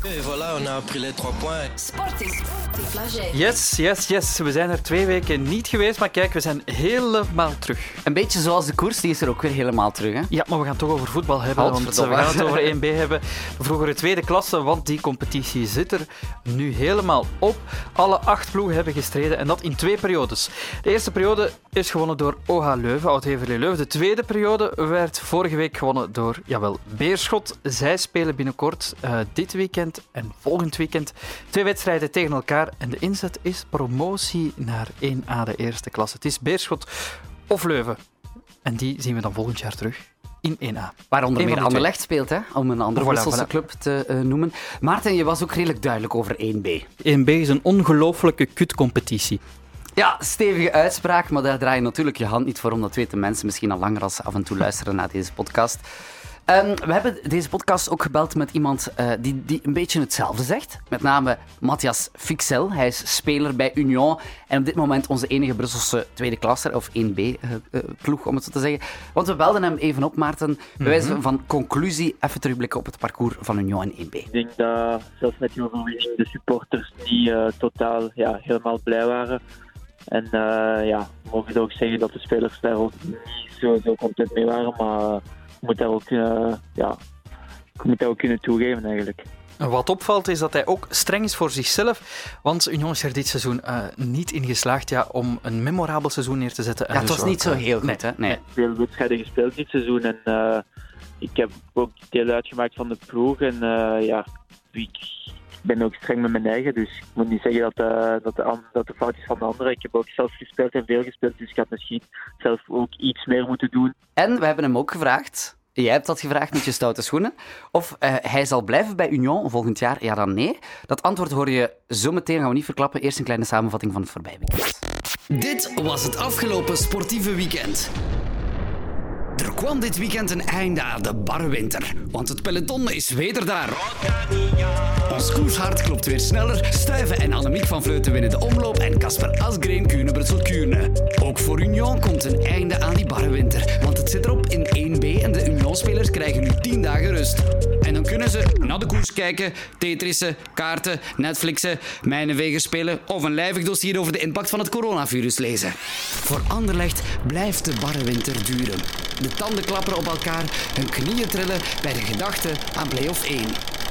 Et voilà, on a pris les 3 points. Sporting Flagey. Yes. We zijn er 2 weken niet geweest, maar kijk, we zijn helemaal terug. Een beetje zoals de koers, die is er ook weer helemaal terug. Hè? Ja, maar we gaan het toch over voetbal hebben, want we gaan het over 1B hebben. De vroegere tweede klasse, want die competitie zit er nu helemaal op. Alle 8 ploegen hebben gestreden en dat in 2 periodes. De eerste periode is gewonnen door OH Leuven, Oud-Heverlee Leuven. De tweede periode werd vorige week gewonnen door, Beerschot. Zij spelen binnenkort dit weekend en volgend weekend 2 wedstrijden tegen elkaar. En de inzet is promotie naar 1A, de eerste klasse. Het is Beerschot of Leuven. En die zien we dan volgend jaar terug in 1A. Waar onder meer Anderlecht speelt, hè? Om een andere Brusselse club te noemen. Maarten, je was ook redelijk duidelijk over 1B. 1B is een ongelooflijke kutcompetitie. Ja, stevige uitspraak, maar daar draai je natuurlijk je hand niet voor, om dat weten mensen misschien al langer als ze af en toe luisteren naar deze podcast. We hebben deze podcast ook gebeld met iemand die een beetje hetzelfde zegt. Met name Matthias Fixel. Hij is speler bij Union en op dit moment onze enige Brusselse tweede klasser, of 1B-ploeg, om het zo te zeggen. Want we belden hem even op, Maarten. Bij wijze van conclusie, even terugblikken op het parcours van Union en 1B. Ik denk dat zelfs met die overwinning de supporters niet totaal helemaal blij waren. En we mogen ook zeggen dat de spelers daar ook niet zo content mee waren, maar je moet daar ook kunnen toegeven eigenlijk. Wat opvalt is dat hij ook streng is voor zichzelf, want Union is er dit seizoen niet in geslaagd om een memorabel seizoen neer te zetten. Ja, het was niet zo heel goed, hè? Nee. Veel wedstrijden gespeeld dit seizoen en ik heb ook deel uitgemaakt van de ploeg en ik ben ook streng met mijn eigen, dus ik moet niet zeggen dat de fout is van de anderen. Ik heb ook zelf gespeeld en veel gespeeld, dus ik had misschien zelf ook iets meer moeten doen. En we hebben hem ook gevraagd, jij hebt dat gevraagd met je stoute schoenen, of hij zal blijven bij Union volgend jaar, ja dan nee. Dat antwoord hoor je zo meteen, gaan we niet verklappen. Eerst een kleine samenvatting van het voorbije weekend. Dit was het afgelopen sportieve weekend. Er kwam dit weekend een einde aan de barre winter, want het peloton is weer daar. Ons koershart klopt weer sneller, Stuyven en Annemiek van Vleuten winnen de omloop en Kasper Asgreen Kuurne-Brussel-Kuurne. Ook voor Union komt een einde aan die barre winter, want het zit erop in 1B en de Union-spelers krijgen nu 10 dagen rust. En dan kunnen ze naar de koers kijken, tetrissen, kaarten, Netflixen, mijnenwegen spelen of een lijvig dossier over de impact van het coronavirus lezen. Voor Anderlecht blijft de barre winter duren. De tanden klapperen op elkaar, hun knieën trillen bij de gedachte aan play-off 1.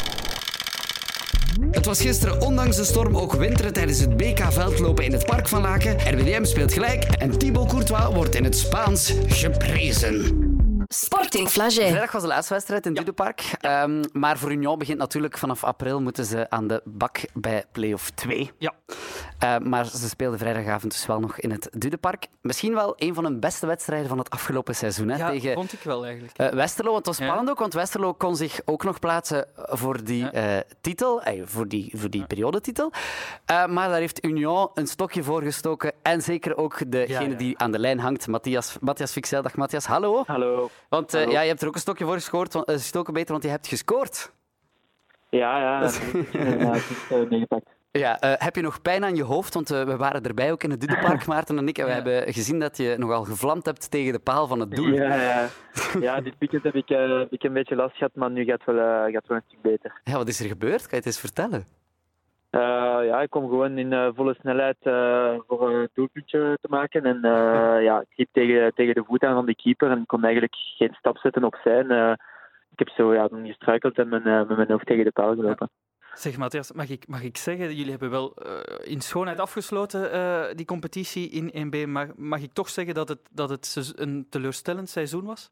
Het was gisteren ondanks de storm ook winteren tijdens het BK-veldlopen in het Park van Laken. RWDM speelt gelijk en Thibaut Courtois wordt in het Spaans geprezen. Sporting Flagey. Vrijdag was de laatste wedstrijd in het Dudepark. Maar voor Union begint natuurlijk vanaf april moeten ze aan de bak bij play-off 2. Ja. Maar ze speelden vrijdagavond dus wel nog in het Dudepark. Misschien wel een van hun beste wedstrijden van het afgelopen seizoen. Hè, Ja, tegen vond ik wel eigenlijk. Westerlo. Het was spannend ook, want Westerlo kon zich ook nog plaatsen voor die titel, voor die periodetitel. Maar daar heeft Union een stokje voor gestoken. En zeker ook degene die aan de lijn hangt, Matthias Fixel. Dag Matthias, hallo. Hallo. Want Hallo. je hebt er ook een stokje voor gestoken, beter, want je hebt gescoord. Ja. Dat is meegepakt. Ja, heb je nog pijn aan je hoofd? Want we waren erbij ook in het Dudepark, Maarten en ik. En we hebben gezien dat je nogal gevlamd hebt tegen de paal van het doel. Ja, dit weekend heb ik een beetje last gehad, maar nu gaat het wel een stuk beter. Ja, wat is er gebeurd? Kan je het eens vertellen? Ik kom gewoon in volle snelheid voor een doelpuntje te maken. En ik liep tegen de voet aan van de keeper en kon eigenlijk geen stap zetten opzij. Ik heb zo gestruikeld en met mijn hoofd tegen de paal gelopen. Zeg Matthias, mag ik zeggen, jullie hebben wel in schoonheid afgesloten die competitie in 1B, maar mag ik toch zeggen dat het een teleurstellend seizoen was?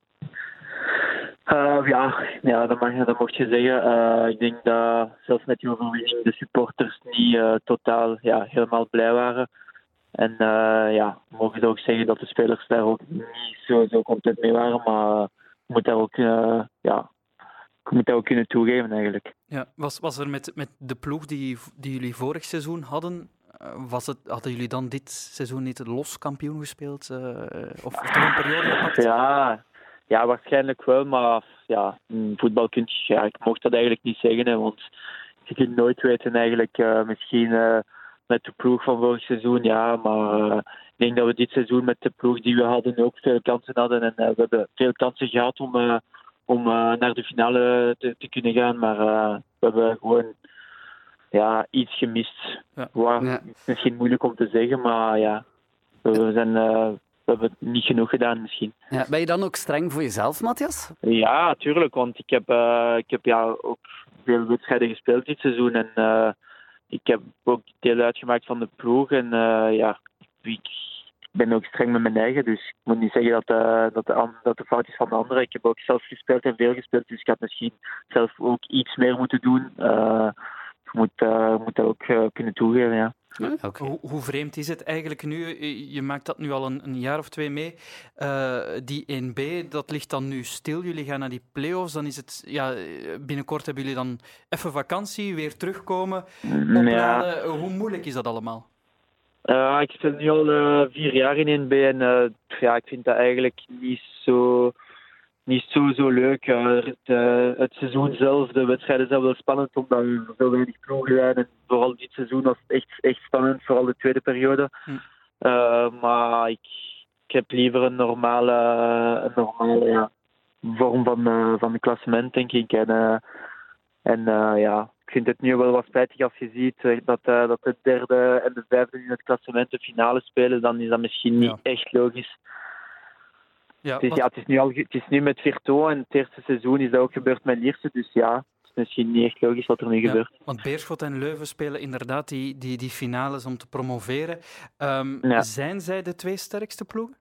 Dat mocht je zeggen. Ik denk dat zelfs met die overwinning de supporters niet totaal helemaal blij waren. En we mogen ook zeggen dat de spelers daar ook niet zo content mee waren, maar je moet daar ook kunnen toegeven eigenlijk. Ja, was er met de ploeg die jullie vorig seizoen hadden, hadden jullie dan dit seizoen niet los kampioen gespeeld? Of toch een periode gepakt? Ja, waarschijnlijk wel, maar voetbal ik mocht dat eigenlijk niet zeggen, hè, want je kunt nooit weten eigenlijk, misschien met de ploeg van vorig seizoen, maar ik denk dat we dit seizoen met de ploeg die we hadden ook veel kansen hadden en we hebben veel kansen gehad om naar de finale te kunnen gaan, maar we hebben gewoon iets gemist. Ja. Ja. Misschien moeilijk om te zeggen, maar ja, we hebben het niet genoeg gedaan misschien. Ja, ben je dan ook streng voor jezelf, Matthias? Ja, natuurlijk, want ik heb ook veel wedstrijden gespeeld dit seizoen en ik heb ook deel uitgemaakt van de ploeg en ik ben ook streng met mijn eigen, dus ik moet niet zeggen dat de fout is van de anderen. Ik heb ook zelf gespeeld en veel gespeeld, dus ik had misschien zelf ook iets meer moeten doen. Ik moet dat ook kunnen toegeven, ja. Okay. Hoe vreemd is het eigenlijk nu? Je maakt dat nu al een jaar of 2 mee. Die 1B, dat ligt dan nu stil. Jullie gaan naar die play-offs. Dan is het, binnenkort hebben jullie dan even vakantie, weer terugkomen, opladen. Ja. Hoe moeilijk is dat allemaal? Ik speel nu al 4 jaar in 1B en ik vind dat eigenlijk niet zo leuk. Het seizoen zelf, de wedstrijden zijn wel spannend omdat er veel weinig ploegen zijn. En vooral dit seizoen was het echt spannend, vooral de tweede periode. Maar ik heb liever een normale vorm van het klassement, denk ik. Ik vind het nu wel wat spijtig als je ziet dat de derde en de vijfde in het klassement de finale spelen. Dan is dat misschien niet echt logisch. Ja, het is nu met Virto en het eerste seizoen is dat ook gebeurd met Lierse. Dus ja, het is misschien niet echt logisch wat er nu gebeurt. Want Beerschot en Leuven spelen inderdaad die finales om te promoveren. Zijn zij de 2 sterkste ploegen?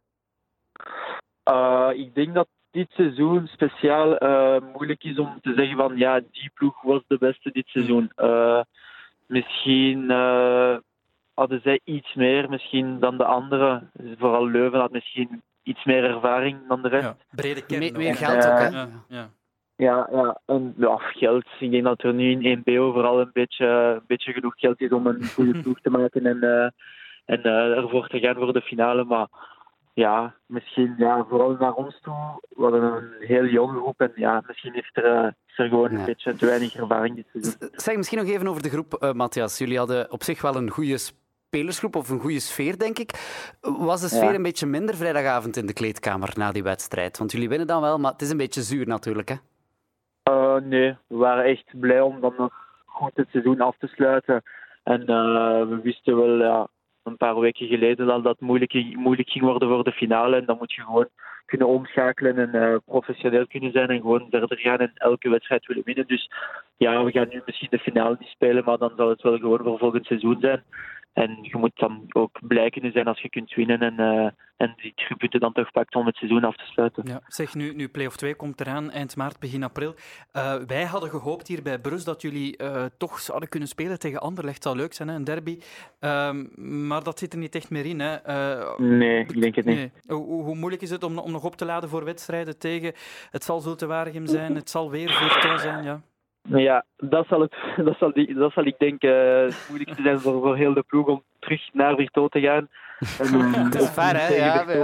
Ik denk dat dit seizoen speciaal moeilijk is om te zeggen van die ploeg was de beste dit seizoen. Misschien hadden zij iets meer misschien dan de anderen. Vooral Leuven had misschien iets meer ervaring dan de rest. Ja, brede kern. Meer geld ook, hè? Ja. En geld. Ik denk dat er nu in 1B overal een beetje genoeg geld is om een goede ploeg te maken en ervoor te gaan voor de finale. Maar ja, misschien vooral naar ons toe. We hadden een heel jonge groep en misschien is er gewoon een beetje te weinig ervaring dit seizoen. Zeg misschien nog even over de groep, Matthias. Jullie hadden op zich wel een goede spelersgroep of een goede sfeer, denk ik. Was de sfeer een beetje minder vrijdagavond in de kleedkamer na die wedstrijd? Want jullie winnen dan wel, maar het is een beetje zuur natuurlijk, hè? Nee, we waren echt blij om dan nog goed het seizoen af te sluiten. En we wisten wel een paar weken geleden dat het moeilijk ging worden voor de finale. En dan moet je gewoon kunnen omschakelen en professioneel kunnen zijn en gewoon verder gaan en elke wedstrijd willen winnen. Dus we gaan nu misschien de finale niet spelen, maar dan zal het wel gewoon voor volgend seizoen zijn. En je moet dan ook blij kunnen zijn als je kunt winnen en die 3 punten dan toch pakt om het seizoen af te sluiten. Ja, zeg, nu play-off 2 komt eraan, eind maart, begin april. Wij hadden gehoopt hier bij Brus dat jullie toch zouden kunnen spelen tegen Anderlecht. Het zou leuk zijn, hè, een derby. Maar dat zit er niet echt meer in. Hè. Nee, ik denk het niet. Nee. Hoe moeilijk is het om nog op te laden voor wedstrijden tegen... Het zal Zulte Waregem zijn, het zal weer Virton zijn, ja. Ja, dat zal ik denk het moeilijkste zijn voor heel de ploeg om terug naar Virto te gaan. Het is ver, hè?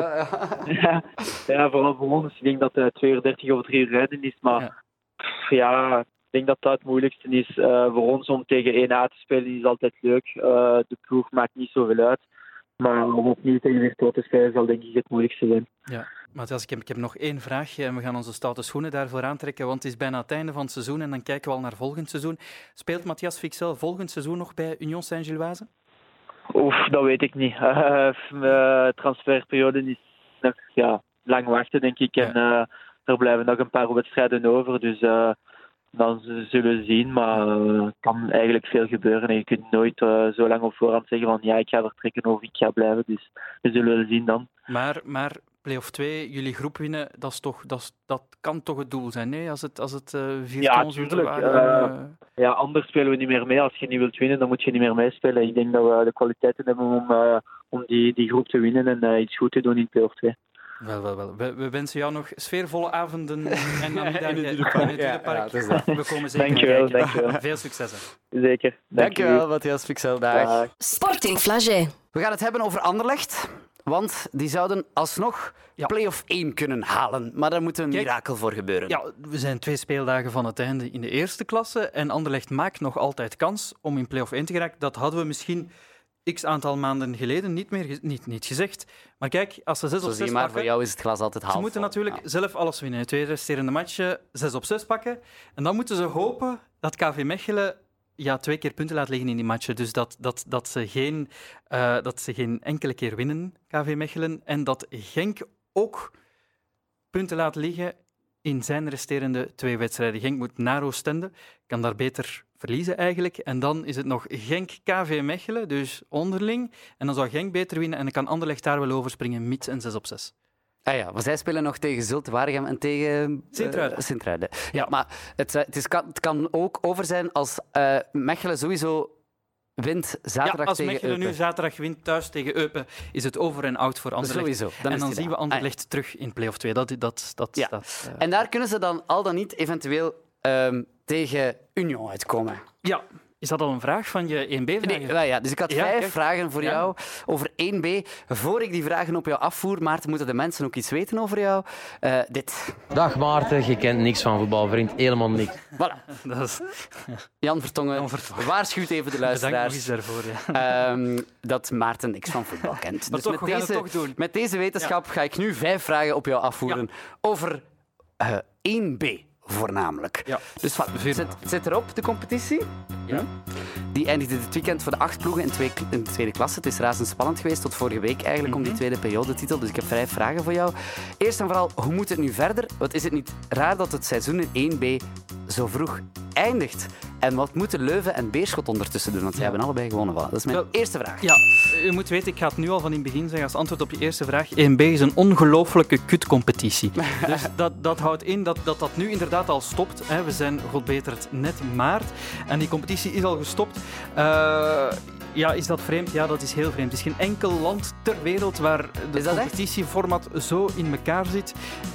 Ja, vooral voor ons. Ik denk dat het 32 of 3 uur rijden is, maar ik denk dat dat het moeilijkste is. Voor ons om tegen 1A te spelen is altijd leuk. De ploeg maakt niet zoveel uit. Maar om opnieuw tegen Virto te spelen zal denk ik het moeilijkste zijn. Ja. Matthias, ik heb nog 1 vraagje en we gaan onze stoute schoenen daarvoor aantrekken, want het is bijna het einde van het seizoen en dan kijken we al naar volgend seizoen. Speelt Matthias Fixel volgend seizoen nog bij Union Saint-Gilloise? Dat weet ik niet. Transferperiode is nog lang wachten, denk ik. En er blijven nog een paar wedstrijden over, dus dan zullen we zien. Maar er kan eigenlijk veel gebeuren en je kunt nooit zo lang op voorhand zeggen van ik ga vertrekken of ik ga blijven. Dus we zullen wel zien dan. Maar play-off 2, jullie groep winnen, dat kan toch het doel zijn, nee? Als het 4 tons zullen waren. Anders spelen we niet meer mee. Als je niet wilt winnen, dan moet je niet meer meespelen. Ik denk dat we de kwaliteiten hebben om die groep te winnen en iets goed te doen in play-off 2. Wel. We wensen jou nog sfeervolle avonden en namiddagen in het Dierenpark. We komen zeker Dankjewel. Veel succes. Hè. Zeker. Dankjewel, Matthias Fixel. Dag. Sporting Flagey. We gaan het hebben over Anderlecht. Want die zouden alsnog play-off 1 kunnen halen. Maar daar moet een mirakel voor gebeuren. Ja, we zijn 2 speeldagen van het einde in de eerste klasse. En Anderlecht maakt nog altijd kans om in play-off 1 te geraken. Dat hadden we misschien x aantal maanden geleden niet gezegd. Maar kijk, als ze 6 op 6 pakken... Maar voor jou is het glas altijd half. Ze moeten natuurlijk zelf alles winnen. 2 resterende matchen, 6 op 6 pakken. En dan moeten ze hopen dat KV Mechelen 2 keer punten laat liggen in die matchen. Dus dat ze geen enkele keer winnen, KV Mechelen. En dat Genk ook punten laat liggen in zijn resterende 2 wedstrijden. Genk moet naar Oostende, kan daar beter verliezen eigenlijk. En dan is het nog Genk-KV Mechelen, dus onderling. En dan zou Genk beter winnen en dan kan Anderlecht daar wel overspringen, mits en 6-6. Ah ja, maar zij spelen nog tegen Zulte Waregem en tegen Sint-Truiden. Ja, maar het kan ook over zijn als Mechelen sowieso wint zaterdag als tegen Mechelen Eupen. nu zaterdag wint thuis tegen Eupen, is het over en out voor Anderlecht. Sowieso. En dan zien we Anderlecht terug in play-off 2. En daar kunnen ze dan al dan niet eventueel tegen Union uitkomen. Ja. Is dat al een vraag van je 1B-vragen? Dus ik had 5 vragen voor jou over 1B. Voor ik die vragen op jou afvoer, Maarten, moeten de mensen ook iets weten over jou. Dit. Dag Maarten, je kent niks van voetbal, vriend. Helemaal niks. Voilà. Dat is... Jan Vertongen waarschuwt even de luisteraars daarvoor, ja. dat Maarten niks van voetbal kent. Maar dus toch, we gaan het toch doen. Met deze wetenschap ga ik nu 5 vragen op jou afvoeren over 1B. Voornamelijk. Ja. Dus het zit erop, de competitie. Ja. Die eindigde dit weekend voor de 8 ploegen in de tweede klasse. Het is razendspannend geweest tot vorige week eigenlijk om die tweede periodetitel. Dus ik heb 5 vragen voor jou. Eerst en vooral, hoe moet het nu verder? Want is het niet raar dat het seizoen in 1B zo vroeg eindigt? En wat moeten Leuven en Beerschot ondertussen doen? Want zij hebben allebei gewonnen. Dat is mijn eerste vraag. Ja, je moet weten, ik ga het nu al van in het begin zeggen als antwoord op je eerste vraag. 1B is een ongelooflijke kutcompetitie. Dus dat houdt in dat nu inderdaad al stopt. Hè. We zijn, god beter, het net maart. En die competitie is al gestopt. Is dat vreemd? Ja, dat is heel vreemd. Er is geen enkel land ter wereld waar het competitieformat zo in elkaar zit.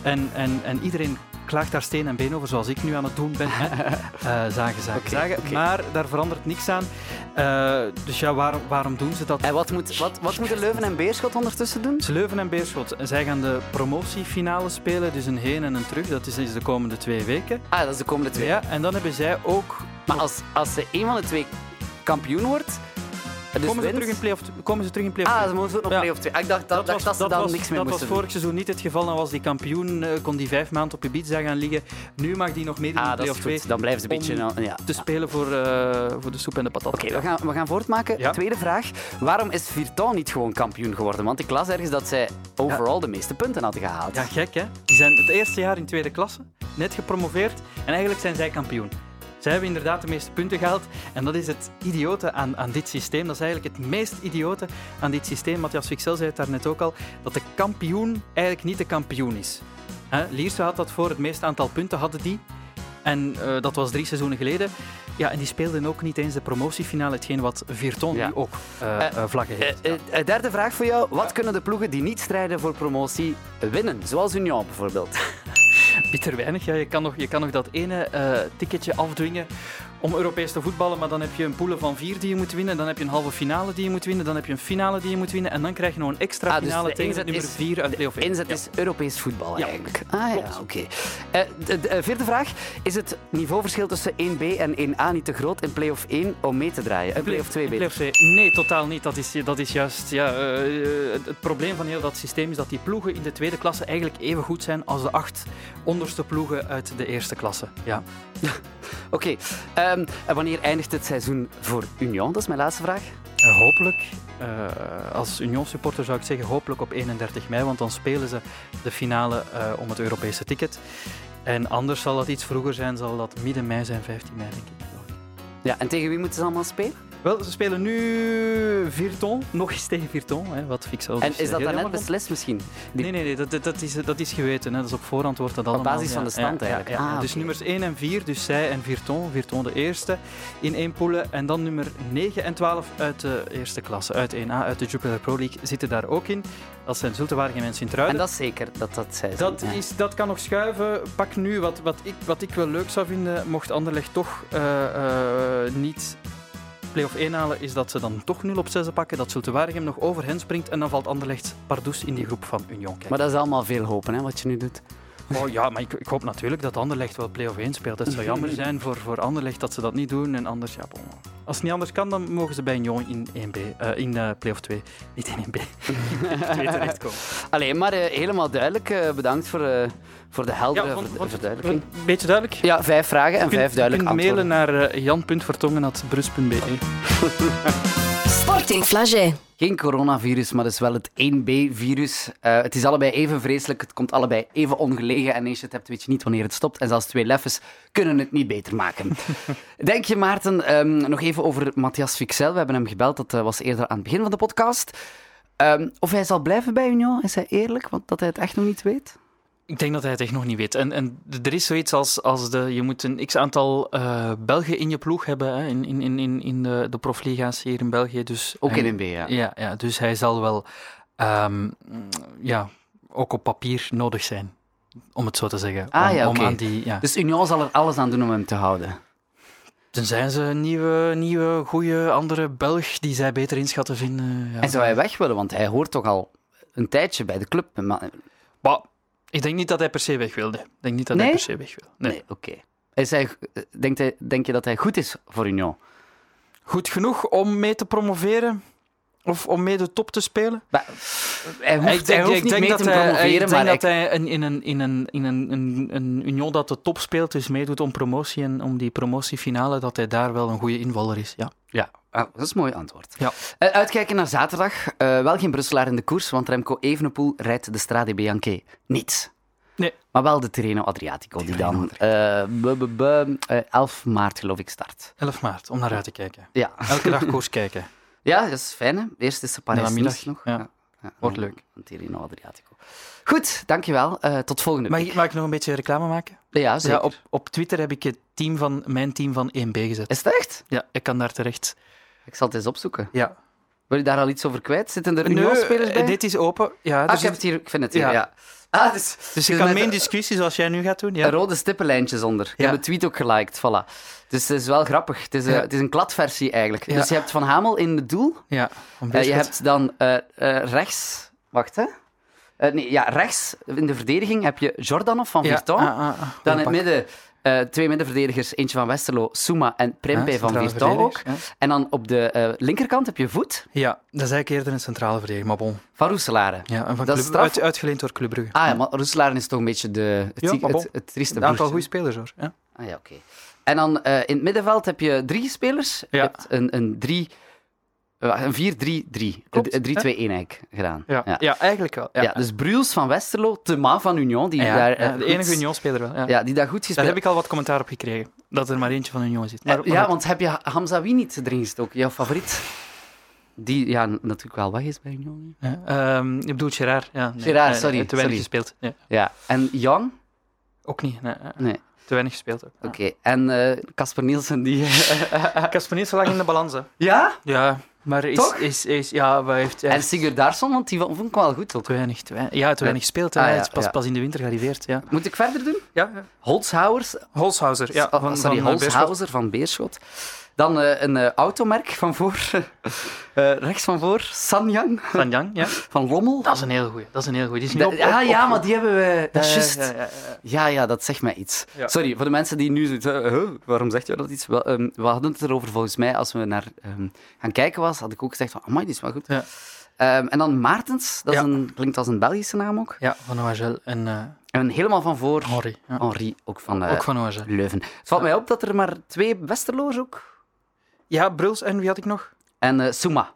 En iedereen klaagt daar steen en been over, zoals ik nu aan het doen ben. Zagen. Okay. Maar daar verandert niks aan. Dus ja, waarom doen ze dat? En wat moeten Leuven en Beerschot ondertussen doen? Leuven en Beerschot. Zij gaan de promotiefinale spelen, dus een heen en een terug. Dat is de komende 2 weken. Ah, dat is de komende 2 weken. Ja, en dan hebben zij ook... Maar als ze een van de 2 kampioen wordt... Dus komen ze terug in play-off 2? Ze mogen ook nog play-off 2. Ik dacht dat ze dan niks meer moesten doen. Dat was vorig seizoen niet het geval. Dan was die kampioen, kon die 5 maanden op Ibiza gaan liggen. Nu mag die nog meedoen in play-off 2. Dan blijven ze een beetje... te spelen voor de soep en de patat. Oké, we gaan voortmaken. Ja. Tweede vraag. Waarom is Virton niet gewoon kampioen geworden? Want ik las ergens dat zij overal de meeste punten hadden gehaald. Ja, gek hè. Die zijn het eerste jaar in tweede klasse, net gepromoveerd. En eigenlijk zijn zij kampioen. Zij hebben inderdaad de meeste punten gehaald. En dat is het idiote aan dit systeem. Dat is eigenlijk het meest idiote aan dit systeem. Matthias Wixel zei het daarnet ook al. Dat de kampioen eigenlijk niet de kampioen is. Lierse had dat voor. Het meeste aantal punten hadden die. En dat was 3 seizoenen geleden. Ja, en die speelden ook niet eens de promotiefinale. Hetgeen wat Virton nu ook vlaggen heeft. Derde vraag voor jou. Wat kunnen de ploegen die niet strijden voor promotie winnen? Zoals Union bijvoorbeeld. Bitter weinig. Ja. Je kan nog dat ene ticketje afdwingen om Europees te voetballen, maar dan heb je een poelen van 4 die je moet winnen, dan heb je een halve finale die je moet winnen, dan heb je een finale die je moet winnen en dan krijg je nog een extra finale dus tegen nummer 4 uit play-off 1. De inzet is Europees voetbal eigenlijk. Oké. Vierde vraag. Is het niveauverschil tussen 1B en 1A niet te groot in play-off 1 om mee te draaien? Play-off 2 beter? Nee, totaal niet. Dat is juist... het probleem van heel dat systeem is dat die ploegen in de tweede klasse eigenlijk even goed zijn als de 8 onderste ploegen uit de eerste klasse. Ja. Oké. En wanneer eindigt het seizoen voor Union? Dat is mijn laatste vraag. Hopelijk. Als Union-supporter zou ik zeggen hopelijk op 31 mei, want dan spelen ze de finale om het Europese ticket. En anders zal dat iets vroeger zijn, zal dat midden mei zijn, 15 mei denk ik. Ja, en tegen wie moeten ze allemaal spelen? Wel, ze spelen nu Virton, nog eens tegen Virton. Wat Wixel. En is dat dan net beslist misschien? Nee, dat is geweten. Hè. Dat is op voorhand wordt dat allemaal. Op basis van de stand eigenlijk. Ja. Dus nummers 1 en 4, dus zij en Virton de eerste in 1 poelen. En dan nummer 9 en 12 uit de eerste klasse, uit 1A, uit de Jupiler Pro League, zitten daar ook in. Dat zijn Zulte Waregem en Sint-Truiden. En dat is zeker dat zij zijn. Dat kan nog schuiven. Pak nu wat ik wel leuk zou vinden, mocht Anderlecht toch niet play-off 1 halen, is dat ze dan toch 0 op 6 pakken, dat Zulte Waregem nog over hen springt en dan valt Anderlecht pardoes in die groep van Union. Kijk. Maar dat is allemaal veel hopen, hè, wat je nu doet. Oh ja, maar ik hoop natuurlijk dat Anderlecht wel play-off 1 speelt. Het zou jammer zijn voor Anderlecht dat ze dat niet doen en anders, ja, bon. Als het niet anders kan, dan mogen ze bij Union in 1B, in play-off 2. Niet in 1B. in 2 terechtkomen. Allee, maar helemaal duidelijk. Bedankt voor de heldere verduidelijking. Een beetje duidelijk? Ja, 5 vragen en 5 duidelijke antwoorden. Je kunt mailen antwoorden. naar jan.vertongen@brus.be. Sporting Flagey. Geen coronavirus, maar dus wel het 1B-virus. Het is allebei even vreselijk, het komt allebei even ongelegen. En als je het hebt, weet je niet wanneer het stopt. En zelfs 2 leffes kunnen het niet beter maken. Denk je, Maarten, nog even over Matthias Fixel. We hebben hem gebeld, dat was eerder aan het begin van de podcast. Of hij zal blijven bij Union, is hij eerlijk? Want dat hij het echt nog niet weet? Ik denk dat hij het echt nog niet weet. En er is zoiets als je moet een x-aantal Belgen in je ploeg hebben, hè, in de profliga's hier in België. Dus Ook in 1B, ja. Ja, dus hij zal wel ook op papier nodig zijn, om het zo te zeggen. Dus Union zal er alles aan doen om hem te houden. Tenzij ze een nieuwe, goede, andere Belg die zij beter inschatten vinden. Ja. En zou hij weg willen? Want hij hoort toch al een tijdje bij de club. Maar ik denk niet dat hij per se weg wilde. Nee, oké. Denk je dat hij goed is voor Union? Goed genoeg om mee te promoveren? Of om mee de top te spelen? Hij hoeft niet mee te promoveren. Ik denk dat hij in een Union dat de top speelt, dus meedoet om promotie en om die promotiefinale, dat hij daar wel een goede invaller is. Ja. Dat is een mooi antwoord. Ja. Uitkijken naar zaterdag. Wel geen Brusselaar in de koers, want Remco Evenepoel rijdt de Strade Bianche niet. Nee. Maar wel de Tirreno Adriatico, die dan 11 maart, geloof ik, start. 11 maart, om naar uit te kijken. Ja. Elke dag koers kijken. Ja, dat is fijn, hè. Eerst is de Parijs-Nice nog. Ja. Wordt leuk. Een Tirreno Adriatico. Goed, dankjewel. Tot volgende week. Mag ik nog een beetje reclame maken? Ja, zeker. Ja, op Twitter heb ik mijn team van 1B gezet. Is het echt? Ja, ik kan daar terecht. Ik zal het eens opzoeken. Ja. Wil je daar al iets over kwijt? Zitten er Union-spelers bij? Dit is open. Ja, ik vind het hier, ja. Dus je kan mee in discussie zoals jij nu gaat doen. Ja. Rode stippenlijntjes onder. Ik heb de tweet ook geliked, voilà. Dus het is wel grappig. Het is een kladversie eigenlijk. Ja. Dus je hebt Van Hamel in het doel. Ja. Je hebt dan rechts... Wacht, hè. Rechts in de verdediging heb je Jordanov van Virton. Dan in het midden 2 middenverdedigers, eentje van Westerlo, Souma en Prempeh van Virton ook. Ja. En dan op de linkerkant heb je Voet. Ja, dat is eigenlijk eerder een centrale verdediger, maar bon. Van Roeselare. Ja, en van dat Club, uitgeleend door Club Brugge. Ja, maar Roeselare is toch een beetje het trieste een aantal goede spelers, hoor. Ja. Oké. En dan in het middenveld heb je 3 spelers. Ja. Je hebt een 4-3-3. Klopt, 3-2-1 eigenlijk gedaan. Ja, eigenlijk wel. Ja, dus Bruels van Westerlo, Thema van Union. Die de enige Union-speler wel. Ja, die daar goed gespeeld. Daar heb ik al wat commentaar op gekregen. Dat er maar eentje van Union zit. Maar want heb je Hamzaoui niet erin gestoken? Jouw favoriet? Die natuurlijk wel weg is bij Union. Ja. Je bedoelt Gerard. Ja, nee. Gerard, sorry. Te weinig gespeeld. Ja. En Young? Ook niet. Nee. Te weinig gespeeld ook. Oké. En Casper Nielsen, die... Casper Nielsen lag in de balans, hè. Ja? Ja, maar heeft... En Sigurd Darsson, want die vond ik wel goed ook. Te weinig gespeeld. Hij is pas in de winter gehalveerd. Ja. Moet ik verder doen? Ja. Holzhauser, ja. Holzhauser van Beerschot. Dan een automerk van voor. Rechts van voor, Sanyang. Sanyang, ja. Van Lommel. Dat is een heel goeie. Die is nu maar die hebben we... Dat is juist. Ja, dat zegt mij iets. Ja. Sorry, voor de mensen die nu zeggen, waarom zegt je dat iets? We hadden het erover volgens mij, als we naar gaan kijken had ik ook gezegd van, amai, die is wel goed. Ja. En dan Maartens, dat klinkt als een Belgische naam ook. Ja, van Noagel. En helemaal van voor... Henri. Ja. Henri, ook van Noagel. Leuven. Het valt mij op dat er maar 2 Westerloos ook... Ja, Bruls en wie had ik nog? En Souma.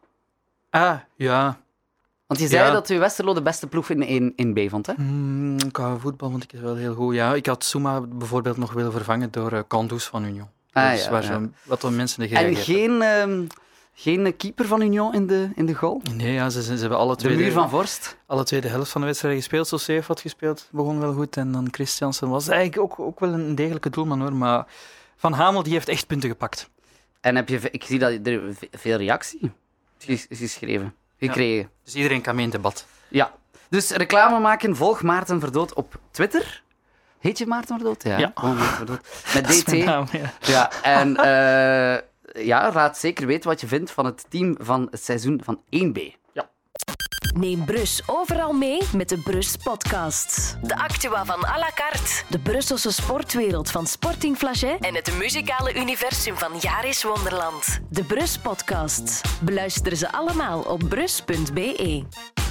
Ja. Want je zei dat je Westerlo de beste ploeg in B vond, hè? Qua voetbal vond ik het wel heel goed. Ja, ik had Souma bijvoorbeeld nog willen vervangen door Kandus van Union. Wat de mensen de gereageerd En geen keeper van Union in de goal? Nee, ze hebben alle twee... De muur van Vorst? Alle twee de helft van de wedstrijd gespeeld. Soseef had gespeeld, begon wel goed. En dan Christiansen was eigenlijk ook wel een degelijke doelman, hoor. Maar Van Hamel, die heeft echt punten gepakt. En ik zie dat er veel reactie is gekregen. Ja. Dus iedereen kan mee in debat. Ja. Dus reclame maken, volg Maarten Verdood op Twitter. Heet je Maarten Verdood? Ja. Oh, Maarten Verdood. Met DT. Naam, ja. En raad zeker weten wat je vindt van het team van het seizoen van 1B. Ja. Neem Brus overal mee met de Brus Podcast. De actua van à la carte, de Brusselse sportwereld van Sporting Flagey en het muzikale universum van Jaris Wonderland. De Brus Podcast. Beluister ze allemaal op brus.be.